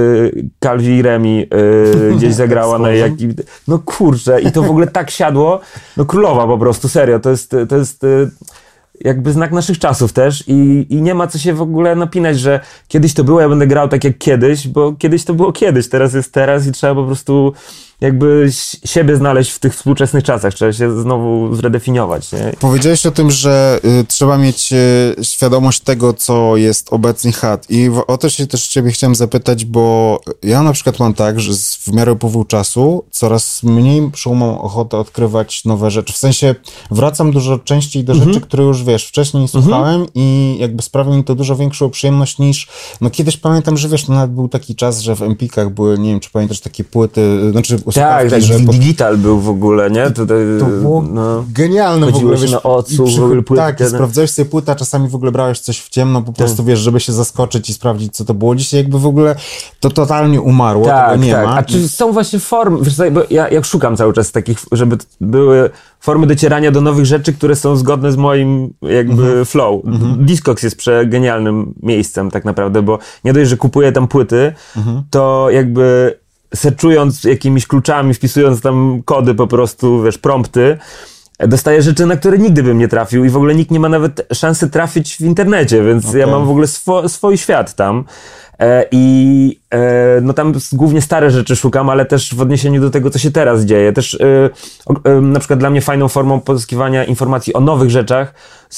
y, Calvi Remi y, gdzieś zagrała na jakim... No kurczę, i to w ogóle tak siadło. No królowa po prostu, serio. To jest, to jest y, jakby znak naszych czasów też i, i nie ma co się w ogóle napinać, że kiedyś to było, ja będę grał tak jak kiedyś, bo kiedyś to było kiedyś, teraz jest teraz i trzeba po prostu jakby siebie znaleźć w tych współczesnych czasach. Trzeba się znowu zredefiniować, nie? Powiedziałeś o tym, że y, trzeba mieć y, świadomość tego, co jest obecnie chat. I w, o to się też ciebie chciałem zapytać, bo ja na przykład mam tak, że z, w miarę upływu czasu coraz mniej mam ochotę odkrywać nowe rzeczy. W sensie wracam dużo częściej do mhm. rzeczy, które już wiesz, wcześniej słuchałem mhm. i jakby sprawia mi to dużo większą przyjemność niż, no kiedyś pamiętam, że wiesz, no nawet był taki czas, że w empikach były, nie wiem, czy pamiętasz, takie płyty, znaczy tak, tak, że digital pod... był w ogóle, nie? To, to, to było no, genialne w ogóle, wiesz, na odsłuch, przy... w ogóle płyty, tak, i sprawdzałeś sobie płytę, a czasami w ogóle brałeś coś w ciemno, po prostu, tak. wiesz, żeby się zaskoczyć i sprawdzić, co to było. Dzisiaj jakby w ogóle to totalnie umarło, tak, tego nie tak. ma. A czy są właśnie formy, wiesz, bo ja, ja szukam cały czas takich, żeby były formy docierania do nowych rzeczy, które są zgodne z moim jakby mhm. flow. Mhm. Discogs jest przegenialnym miejscem tak naprawdę, bo nie dość, że kupuję tam płyty, mhm. to jakby serczując jakimiś kluczami, wpisując tam kody po prostu, wiesz, prompty, dostaję rzeczy, na które nigdy bym nie trafił i w ogóle nikt nie ma nawet szansy trafić w internecie, więc okay. ja mam w ogóle swo- swój świat tam. E, I e, no tam głównie stare rzeczy szukam, ale też w odniesieniu do tego, co się teraz dzieje. Też e, e, na przykład dla mnie fajną formą pozyskiwania informacji o nowych rzeczach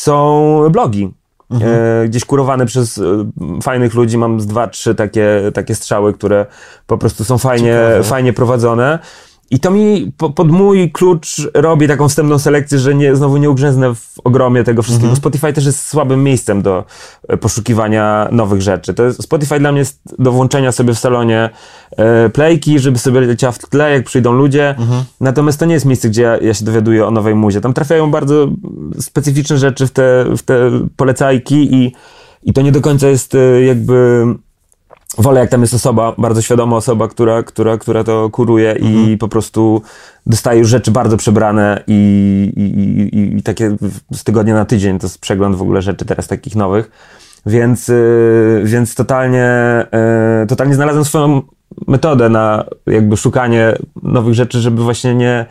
są blogi. Mhm. E, gdzieś kurowane przez e, fajnych ludzi, mam z dwa, trzy takie, takie strzały, które po prostu są fajnie, fajnie prowadzone. I to mi po, pod mój klucz robi taką wstępną selekcję, że nie, znowu nie ugrzęznę w ogromie tego wszystkiego. Mhm. Spotify też jest słabym miejscem do poszukiwania nowych rzeczy. To jest, Spotify dla mnie jest do włączenia sobie w salonie e, playki, żeby sobie leciała w tle, jak przyjdą ludzie. Mhm. Natomiast to nie jest miejsce, gdzie ja, ja się dowiaduję o nowej muzie. Tam trafiają bardzo specyficzne rzeczy w te, w te polecajki i, i to nie do końca jest e, jakby... Wolę, jak tam jest osoba, bardzo świadoma osoba, która, która, która to kuruje mhm. i po prostu dostaje już rzeczy bardzo przebrane i, i, i, i takie z tygodnia na tydzień. To jest przegląd w ogóle rzeczy teraz takich nowych. Więc, yy, więc totalnie, yy, totalnie znalazłem swoją metodę na jakby szukanie nowych rzeczy, żeby właśnie nie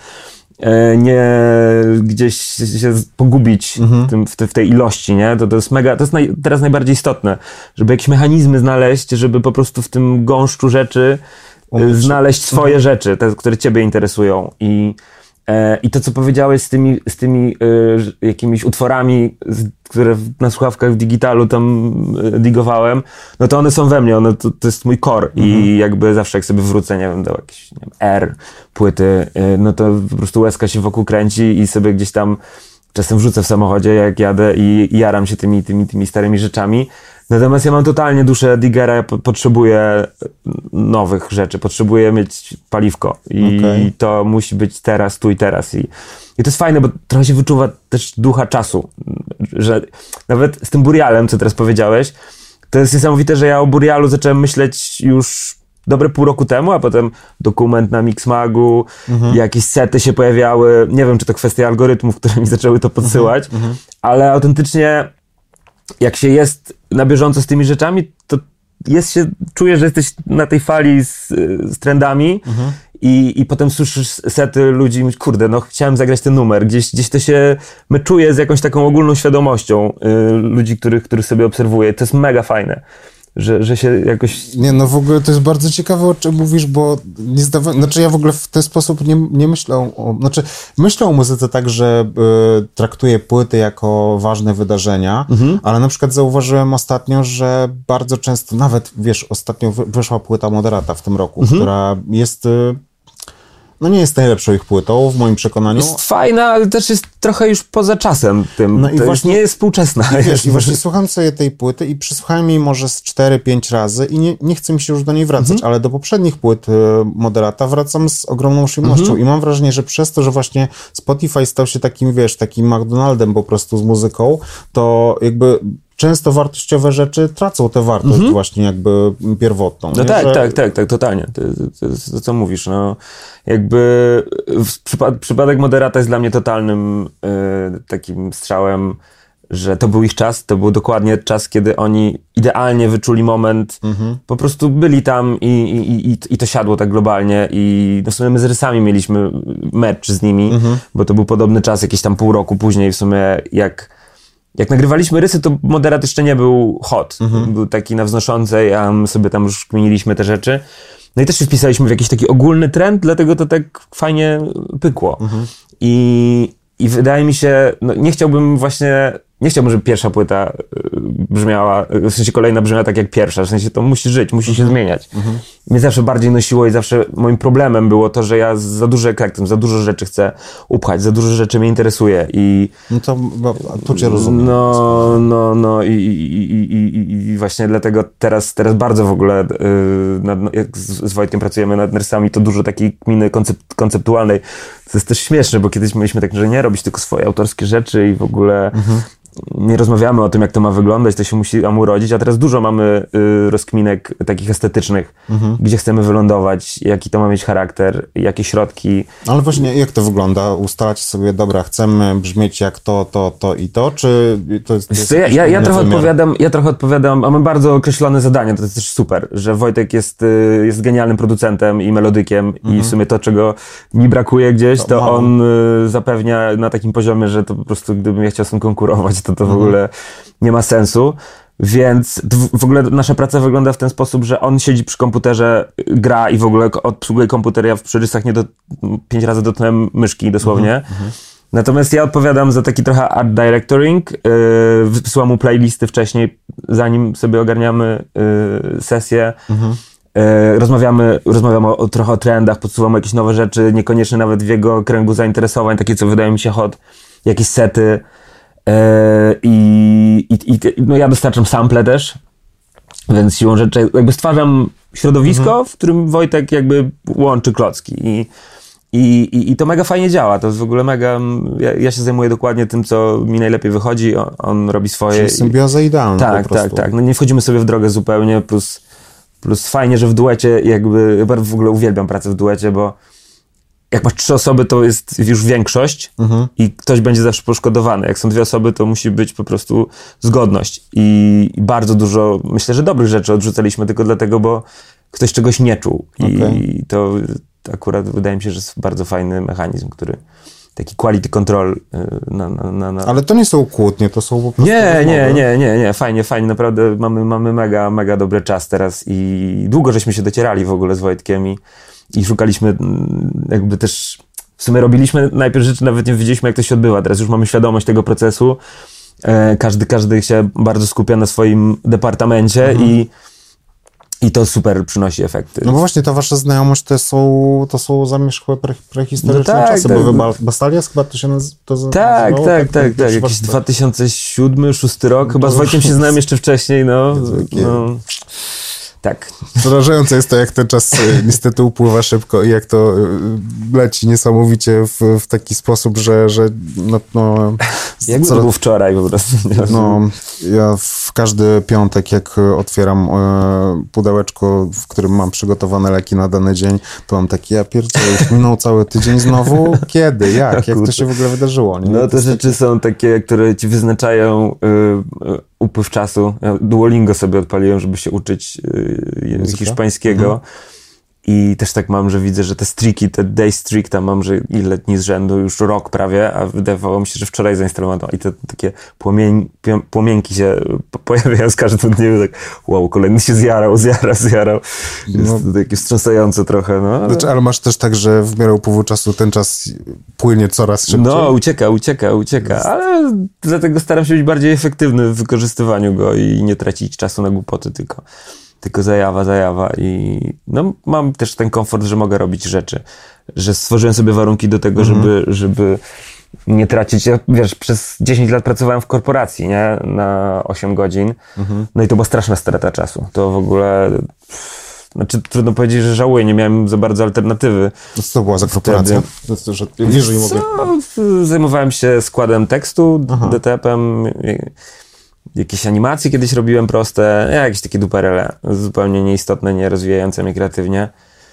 nie gdzieś się pogubić mhm. w, tym, w, te, w tej ilości, nie? To, to jest mega, to jest naj, teraz najbardziej istotne, żeby jakieś mechanizmy znaleźć, żeby po prostu w tym gąszczu rzeczy Umieć. znaleźć swoje mhm. rzeczy, te, które ciebie interesują. I, e, i to, co powiedziałeś z tymi, z tymi e, jakimiś utworami, z, które na słuchawkach w digitalu tam e, digowałem, no to one są we mnie, one, to, to jest mój core mhm. i jakby zawsze jak sobie wrócę, nie wiem, do jakiejś nie wiem, R, płyty, e, no to po prostu łezka się wokół kręci i sobie gdzieś tam czasem wrzucę w samochodzie, jak jadę i, i jaram się tymi, tymi, tymi starymi rzeczami. Natomiast ja mam totalnie duszę diggera, ja po, potrzebuję nowych rzeczy, potrzebuję mieć paliwko i okay. to musi być teraz, tu i teraz. I, I to jest fajne, bo trochę się wyczuwa też ducha czasu, że nawet z tym Burialem, co teraz powiedziałeś, to jest niesamowite, że ja o Burialu zacząłem myśleć już dobre pół roku temu, a potem dokument na Mixmagu, mhm. jakieś sety się pojawiały, nie wiem, czy to kwestia algorytmów, które mi zaczęły to podsyłać, mhm. ale autentycznie jak się jest na bieżąco z tymi rzeczami, to jest się, czuję, że jesteś na tej fali z, z trendami mhm. i, i potem słyszysz sety ludzi i mówisz, kurde, no chciałem zagrać ten numer. Gdzieś, gdzieś to się meczuje z jakąś taką ogólną świadomością y, ludzi, których, których sobie obserwuję. To jest mega fajne. Że, że się jakoś... Nie, no w ogóle to jest bardzo ciekawe, o czym mówisz, bo nie zdawa... Znaczy ja w ogóle w ten sposób nie, nie myślę o... Znaczy myślę o muzyce tak, że y, traktuję płyty jako ważne wydarzenia, mhm. ale na przykład zauważyłem ostatnio, że bardzo często, nawet wiesz, ostatnio wyszła płyta Moderata w tym roku, mhm. która jest... Y, no nie jest najlepszą ich płytą, w moim przekonaniu. Jest fajna, ale też jest trochę już poza czasem tym. No i to właśnie, nie jest współczesna. I wiesz, i właśnie słucham sobie tej płyty i przysłuchałem jej może z cztery pięć razy i nie, nie chcę mi się już do niej wracać, mhm. ale do poprzednich płyt Moderata wracam z ogromną przyjemnością mhm. i mam wrażenie, że przez to, że właśnie Spotify stał się takim, wiesz, takim McDonaldem po prostu z muzyką, to jakby... często wartościowe rzeczy tracą tę wartość mhm. właśnie jakby pierwotną. No nie? tak, że... tak, tak, tak, totalnie. To, to, to, to co mówisz, no jakby przypad- przypadek Moderata jest dla mnie totalnym y, takim strzałem, że to był ich czas, to był dokładnie czas, kiedy oni idealnie wyczuli moment, mhm. po prostu byli tam i, i, i, i to siadło tak globalnie i no w sumie my z Rysami mieliśmy mecz z nimi, mhm. bo to był podobny czas, jakieś tam pół roku później w sumie jak Jak nagrywaliśmy Rysy, to Moderat jeszcze nie był hot. Mhm. Był taki na wznoszącej, a my sobie tam już kminiliśmy te rzeczy. No i też się wpisaliśmy w jakiś taki ogólny trend, dlatego to tak fajnie pykło. Mhm. I, I wydaje mi się, no nie chciałbym właśnie, nie chciałbym, żeby pierwsza płyta brzmiała, w sensie kolejna brzmiała tak jak pierwsza, w sensie to musi żyć, musi mhm. się zmieniać. Mhm. Mnie zawsze bardziej nosiło i zawsze moim problemem było to, że ja za dużo eklektyzm, za dużo rzeczy chcę upchać, za dużo rzeczy mnie interesuje i... No to tu cię rozumiem. No, no, no i, i, i, i, i właśnie dlatego teraz, teraz bardzo w ogóle yy, nad, jak z, z Wojtkiem pracujemy nad Nersami, to dużo takiej kminy koncept, konceptualnej. To jest też śmieszne, bo kiedyś mieliśmy tak, że nie robić tylko swoje autorskie rzeczy i w ogóle... Mhm. Nie rozmawiamy o tym, jak to ma wyglądać, to się musi tam urodzić, a teraz dużo mamy y, rozkminek takich estetycznych, mhm. gdzie chcemy wylądować, jaki to ma mieć charakter, jakie środki. Ale właśnie jak to wygląda? Ustalać sobie, dobra, chcemy brzmieć jak to, to, to i to, czy to jest... To jest ja, ja, ja, trochę odpowiadam, ja trochę odpowiadam, mamy bardzo określone zadanie, to jest też super, że Wojtek jest, y, jest genialnym producentem i melodykiem mhm. i w sumie to, czego mi brakuje gdzieś, to, to on y, zapewnia na takim poziomie, że to po prostu gdybym ja chciał z tym konkurować, to to w ogóle nie ma sensu, więc w ogóle nasza praca wygląda w ten sposób, że on siedzi przy komputerze, gra i w ogóle obsługuje komputer, ja przy Rysach nie do, pięć razy dotknąłem myszki dosłownie, mhm. natomiast ja odpowiadam za taki trochę art directoring, yy, wysyłam mu playlisty wcześniej, zanim sobie ogarniamy yy, sesję, mhm. Yy, rozmawiamy, rozmawiamy o, o, trochę o trendach, podsuwamy jakieś nowe rzeczy, niekoniecznie nawet w jego kręgu zainteresowań, takie co wydaje mi się hot, jakieś sety. I, i, i no ja dostarczam sample też, więc siłą rzeczy jakby stwarzam środowisko, mhm. w którym Wojtek jakby łączy klocki i, i, i, i to mega fajnie działa, to jest w ogóle mega, ja, ja się zajmuję dokładnie tym, co mi najlepiej wychodzi, on, on robi swoje. Czyli symbioza idealna tak, po prostu. Tak, tak, no nie wchodzimy sobie w drogę zupełnie, plus, plus fajnie, że w duecie jakby, ja w ogóle uwielbiam pracę w duecie, bo jak masz trzy osoby, to jest już większość mhm. i ktoś będzie zawsze poszkodowany. Jak są dwie osoby, to musi być po prostu zgodność. I bardzo dużo, myślę, że dobrych rzeczy odrzucaliśmy tylko dlatego, bo ktoś czegoś nie czuł. I okay. to akurat wydaje mi się, że jest bardzo fajny mechanizm, który taki quality control na, na, na, na... Ale to nie są kłótnie, to są po prostu Nie, rozmowy. nie, nie, nie, nie, fajnie, fajnie, naprawdę mamy, mamy mega, mega dobry czas teraz i długo żeśmy się docierali w ogóle z Wojtkiem i, i szukaliśmy jakby też, w sumie robiliśmy najpierw rzeczy, nawet nie wiedzieliśmy jak to się odbywa, teraz już mamy świadomość tego procesu, e, każdy, każdy się bardzo skupia na swoim departamencie mhm. i I to super przynosi efekty. No bo właśnie ta wasza znajomość to są, to są zamierzchłe pre, prehistoryczne no tak, czasy, tak, bo wy no. Bastalias chyba to się naz, to tak, nazywało? Tak, tak, tak, tak. Jakiś dwa tysiące siódmy, szósty rok, no chyba z Wojtkiem się znałem jeszcze wcześniej, no. no. Tak. Przerażające jest to, jak ten czas niestety upływa szybko i jak to leci niesamowicie w, w taki sposób, że, że no... no Jakby co, to był wczoraj po prostu. No, ja w każdy piątek, jak otwieram e, pudełeczko, w którym mam przygotowane leki na dany dzień, to mam taki, ja pierdzielę, już minął cały tydzień znowu? Kiedy? Jak? Jak to się w ogóle wydarzyło? Nie? No te rzeczy takie... są takie, które ci wyznaczają y, y, upływ czasu. Ja Duolingo sobie odpaliłem, żeby się uczyć y, hiszpańskiego. Mhm. I też tak mam, że widzę, że te streaki, te day streak tam mam, że ile dni z rzędu, już rok prawie, a wydawało mi się, że wczoraj zainstalowano. I te takie płomień, płomienki się pojawiają z każdym dniem, tak wow, kolejny się zjarał, zjarał, zjarał. Jest no, to takie wstrząsające trochę, no. Ale... Znaczy, ale masz też tak, że w miarę upływu czasu ten czas płynie coraz szybciej? No, ucieka, ucieka, ucieka, jest... ale dlatego staram się być bardziej efektywny w wykorzystywaniu go i nie tracić czasu na głupoty, tylko... Tylko zajawa, zajawa i no mam też ten komfort, że mogę robić rzeczy, że stworzyłem sobie warunki do tego, mhm. żeby, żeby nie tracić, ja, wiesz, przez dziesięć lat pracowałem w korporacji, nie, na osiem godzin, mhm. no i to była straszna strata czasu, to w ogóle, znaczy trudno powiedzieć, że żałuję, nie miałem za bardzo alternatywy. To co to była za korporacja? To, to, że, jeżeli mogę... Zajmowałem się składem tekstu, D T P-em, jakieś animacje kiedyś robiłem proste, jakieś takie duperele, zupełnie nieistotne, nie rozwijające mnie kreatywnie.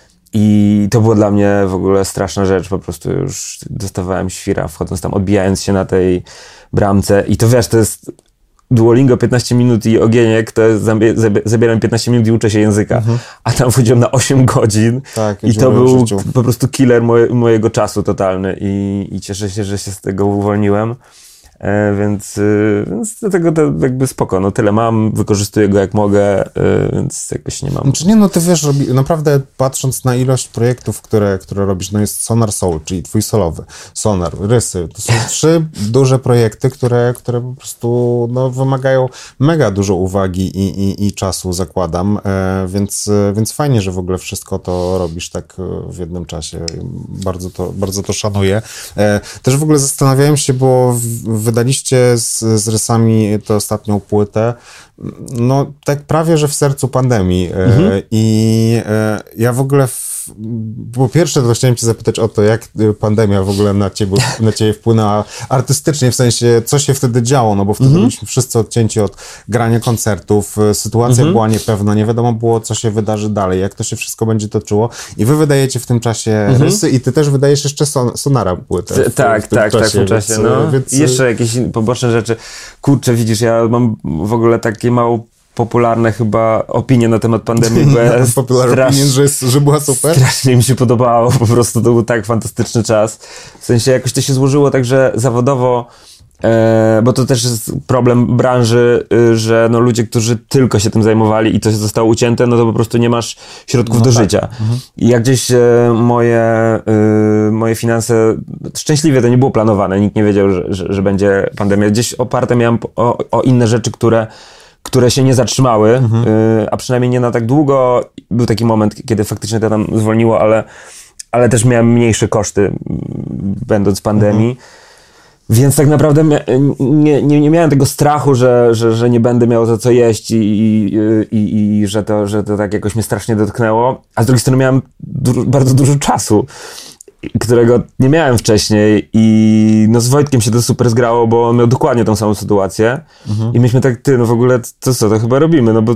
I to było dla mnie w ogóle straszna rzecz, po prostu już dostawałem świra, wchodząc tam, odbijając się na tej bramce. I to wiesz, to jest Duolingo piętnaście minut i ogieniek, to zabieram piętnaście minut i uczę się języka. Mhm. A tam wchodziłem na osiem godzin tak, i to był po prostu killer moje, mojego czasu totalny. I, I cieszę się, że się z tego uwolniłem. E, więc, y, więc dlatego to jakby spoko, no tyle mam, wykorzystuję go jak mogę, y, więc jakoś nie mam. Znaczy nie, no ty wiesz, robi, naprawdę patrząc na ilość projektów, które, które robisz, no jest Sonar Soul, czyli twój solowy, Sonar, Rysy, to są trzy duże projekty, które, które po prostu no, wymagają mega dużo uwagi i, i, i czasu, zakładam, e, więc, więc fajnie, że w ogóle wszystko to robisz tak w jednym czasie, bardzo to, bardzo to szanuję. E, też w ogóle zastanawiałem się, bo w, wydaliście z, z Rysami tę ostatnią płytę, no tak prawie, że w sercu pandemii. Mhm. E, I e, ja w ogóle, w, po pierwsze to chciałem cię zapytać o to, jak pandemia w ogóle na ciebie, na ciebie wpłynęła artystycznie, w sensie, co się wtedy działo, no bo wtedy mhm. byliśmy wszyscy odcięci od grania koncertów, sytuacja mhm. była niepewna, nie wiadomo było, co się wydarzy dalej, jak to się wszystko będzie toczyło i wy wydajecie w tym czasie mhm. Rysy i ty też wydajesz jeszcze son, Sonara płytę. W, tak, w tym tak, czasie, tak, w tym czasie, więc, no. Więc... I jeszcze jakieś poboczne rzeczy. Kurczę, widzisz, ja mam w ogóle takie mało popularne chyba opinie na temat pandemii, bo ja popularne strasz... opinie, że, jest, że była super? Strasznie mi się podobało, po prostu to był tak fantastyczny czas. W sensie jakoś to się złożyło tak, że zawodowo, e, bo to też jest problem branży, y, że no ludzie, którzy tylko się tym zajmowali i to zostało ucięte, no to po prostu nie masz środków no do tak. życia. Mhm. I jak gdzieś e, moje, y, moje finanse, szczęśliwie to nie było planowane, nikt nie wiedział, że, że, że będzie pandemia. Gdzieś oparte miałem o, o inne rzeczy, które które się nie zatrzymały, mhm. y, a przynajmniej nie na tak długo. Był taki moment, kiedy faktycznie to tam zwolniło, ale, ale też miałem mniejsze koszty, będąc w pandemii. Mhm. Więc tak naprawdę nie, nie, nie miałem tego strachu, że, że, że nie będę miał za co jeść i, i, i, i że, to, że to tak jakoś mnie strasznie dotknęło. A z drugiej strony miałem du- bardzo dużo czasu, którego nie miałem wcześniej i no z Wojtkiem się to super zgrało, bo on miał dokładnie tą samą sytuację mhm. i myśmy tak, ty, no w ogóle to co, to chyba robimy, no bo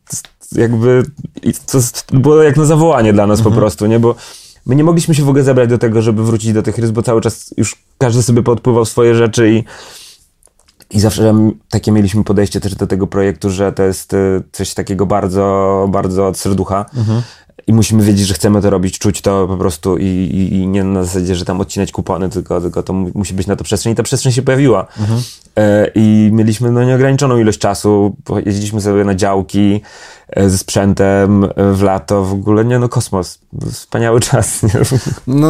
jakby to było jak na zawołanie dla nas mhm. po prostu, nie, bo my nie mogliśmy się w ogóle zebrać do tego, żeby wrócić do tych rys, bo cały czas już każdy sobie podpływał swoje rzeczy i I zawsze takie mieliśmy podejście też do tego projektu, że to jest coś takiego bardzo, bardzo od serducha. Mhm. I musimy wiedzieć, że chcemy to robić, czuć to po prostu i, i, i nie na zasadzie, że tam odcinać kupony, tylko, tylko to musi być na to przestrzeń. I ta przestrzeń się pojawiła. Mhm. E, I mieliśmy no, nieograniczoną ilość czasu. Jeździliśmy sobie na działki e, ze sprzętem e, w lato. W ogóle, nie no, kosmos. Wspaniały czas. Nie? No,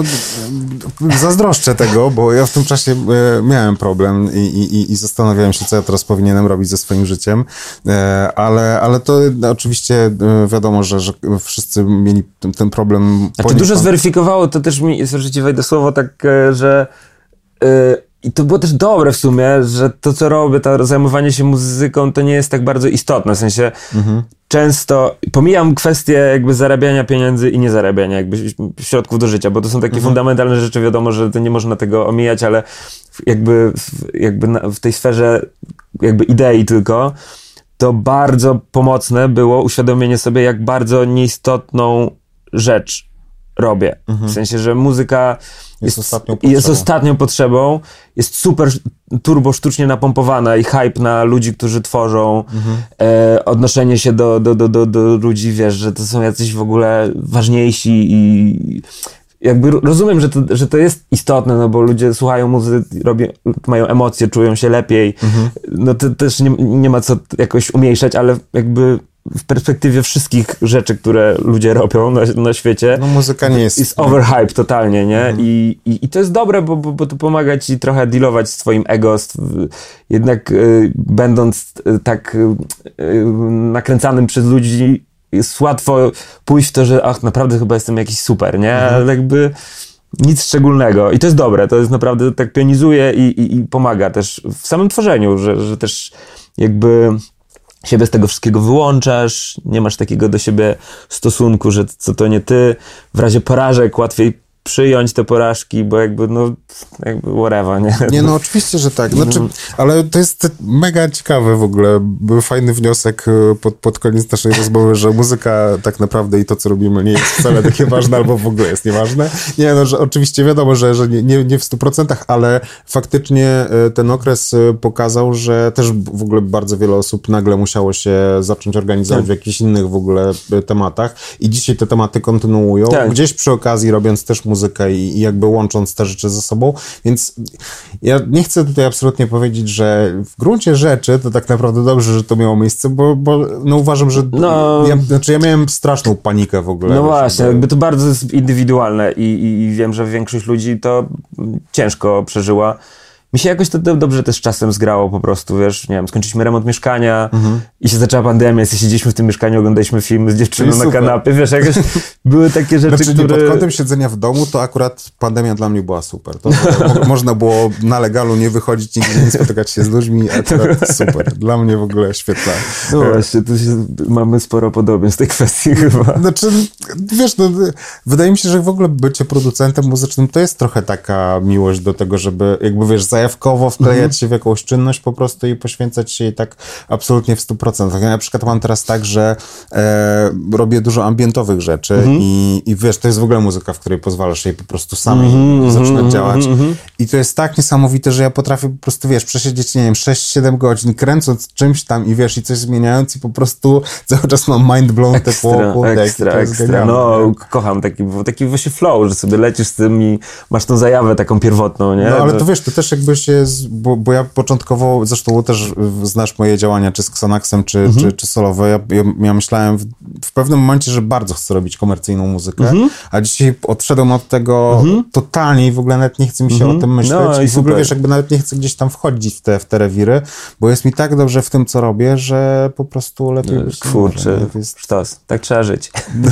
zazdroszczę tego, bo ja w tym czasie e, miałem problem i, i, i zastanawiałem się, co ja teraz powinienem robić ze swoim życiem. E, ale, ale to no, oczywiście e, wiadomo, że, że wszyscy mieli ten, ten problem. A to dużo zweryfikowało, to też mi, że ci wejdę słowo, tak, że yy, i to było też dobre w sumie, że to, co robię, to zajmowanie się muzyką, to nie jest tak bardzo istotne, w sensie mhm. często, pomijam kwestię jakby zarabiania pieniędzy i nie zarabiania jakby środków do życia, bo to są takie mhm. fundamentalne rzeczy, wiadomo, że to nie można tego omijać, ale jakby, jakby na, w tej sferze jakby idei tylko, to bardzo pomocne było uświadomienie sobie, jak bardzo nieistotną rzecz robię. Mhm. W sensie, że muzyka jest, jest, ostatnią potrzebą. jest ostatnią potrzebą, jest super turbo sztucznie napompowana i hype na ludzi, którzy tworzą, mhm. e, odnoszenie się do, do, do, do, do ludzi, wiesz, że to są jacyś w ogóle ważniejsi i jakby rozumiem, że to, że to jest istotne, no bo ludzie słuchają muzyki, robią, mają emocje, czują się lepiej. Mhm. No to też nie, nie ma co jakoś umniejszać, ale jakby w perspektywie wszystkich rzeczy, które ludzie robią na, na świecie, no muzyka nie jest... jest overhype totalnie, nie? Mhm. I, i, I to jest dobre, bo, bo, bo to pomaga ci trochę dealować z twoim ego, z, jednak y, będąc y, tak y, nakręcanym przez ludzi, jest łatwo pójść w to, że ach, naprawdę chyba jestem jakiś super, nie? Mhm. Ale jakby nic szczególnego. I to jest dobre, to jest naprawdę tak pionizuje i, i, i pomaga też w samym tworzeniu, że, że też jakby siebie z tego wszystkiego wyłączasz, nie masz takiego do siebie stosunku, że co to nie ty. W razie porażek łatwiej przyjąć te porażki, bo jakby, no, jakby whatever, nie? Nie, no oczywiście, że tak. Znaczy, ale to jest mega ciekawe w ogóle. Był fajny wniosek pod, pod koniec naszej rozmowy, że muzyka tak naprawdę i to, co robimy, nie jest wcale takie ważne, albo w ogóle jest nieważne. Nie, no, że oczywiście wiadomo, że, że nie, nie w stu procentach, ale faktycznie ten okres pokazał, że też w ogóle bardzo wiele osób nagle musiało się zacząć organizować w jakichś innych w ogóle tematach i dzisiaj te tematy kontynuują. Tak. Gdzieś przy okazji robiąc też muzykę i, i jakby łącząc te rzeczy ze sobą, więc ja nie chcę tutaj absolutnie powiedzieć, że w gruncie rzeczy to tak naprawdę dobrze, że to miało miejsce, bo, bo no uważam, że no, ja, znaczy ja miałem straszną panikę w ogóle. No właśnie, jakby to bardzo jest indywidualne i, i, i wiem, że większość ludzi to ciężko przeżyła. Mi się jakoś to dobrze też czasem zgrało po prostu, wiesz, nie wiem, skończyliśmy remont mieszkania mhm. i się zaczęła pandemia, siedzieliśmy w tym mieszkaniu, oglądaliśmy filmy z dziewczyną na kanapie, wiesz, jakieś były takie rzeczy, znaczy, które... Pod kątem siedzenia w domu, to akurat pandemia dla mnie była super. To, to można było na legalu nie wychodzić, nigdzie nie spotykać się z ludźmi, akurat super. Dla mnie w ogóle świetna. No właśnie, tu się, mamy sporo podobieństw w tej kwestii chyba. Znaczy, wiesz, no, wydaje mi się, że w ogóle bycie producentem muzycznym to jest trochę taka miłość do tego, żeby jakby, wiesz, zajawkowo wklejać mhm. się w jakąś czynność po prostu i poświęcać się jej tak absolutnie w stu procentach. Ja na przykład mam teraz tak, że e, robię dużo ambientowych rzeczy mhm. i, i wiesz, to jest w ogóle muzyka, w której pozwalasz jej po prostu samej mhm, zaczynać mhm, działać. Mhm. I to jest tak niesamowite, że ja potrafię po prostu, wiesz, przesiedzieć, nie wiem, sześć siedem godzin kręcąc czymś tam i wiesz, i coś zmieniając i po prostu cały czas mam mind blown te po Ekstra, ekstra. No, kocham taki, taki właśnie flow, że sobie lecisz z tym i masz tą zajawę taką pierwotną, nie? No, ale to wiesz, to też jakby się, bo, bo ja początkowo, zresztą też znasz moje działania, czy z Xanaxem, czy, mhm. czy, czy solowe, ja, ja, ja myślałem w, w pewnym momencie, że bardzo chcę robić komercyjną muzykę, mhm. a dzisiaj odszedłem od tego mhm. totalnie i w ogóle nawet nie chce mi się mhm. o tym myśleć no, i w ogóle, wiesz, jakby nawet nie chcę gdzieś tam wchodzić w te, w te rewiry, bo jest mi tak dobrze w tym, co robię, że po prostu lepiej być kurczę, nie może, jest... sztos, tak trzeba żyć.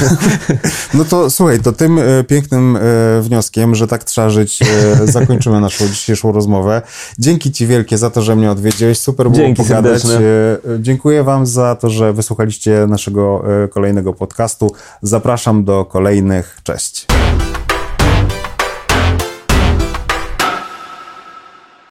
No to słuchaj, to tym e, pięknym e, wnioskiem, że tak trzeba żyć, e, zakończymy naszą dzisiejszą rozmowę. Dzięki ci wielkie za to, że mnie odwiedziłeś. Super było Dzięki pogadać. Serdeczne. Dziękuję wam za to, że wysłuchaliście naszego kolejnego podcastu. Zapraszam do kolejnych. Cześć.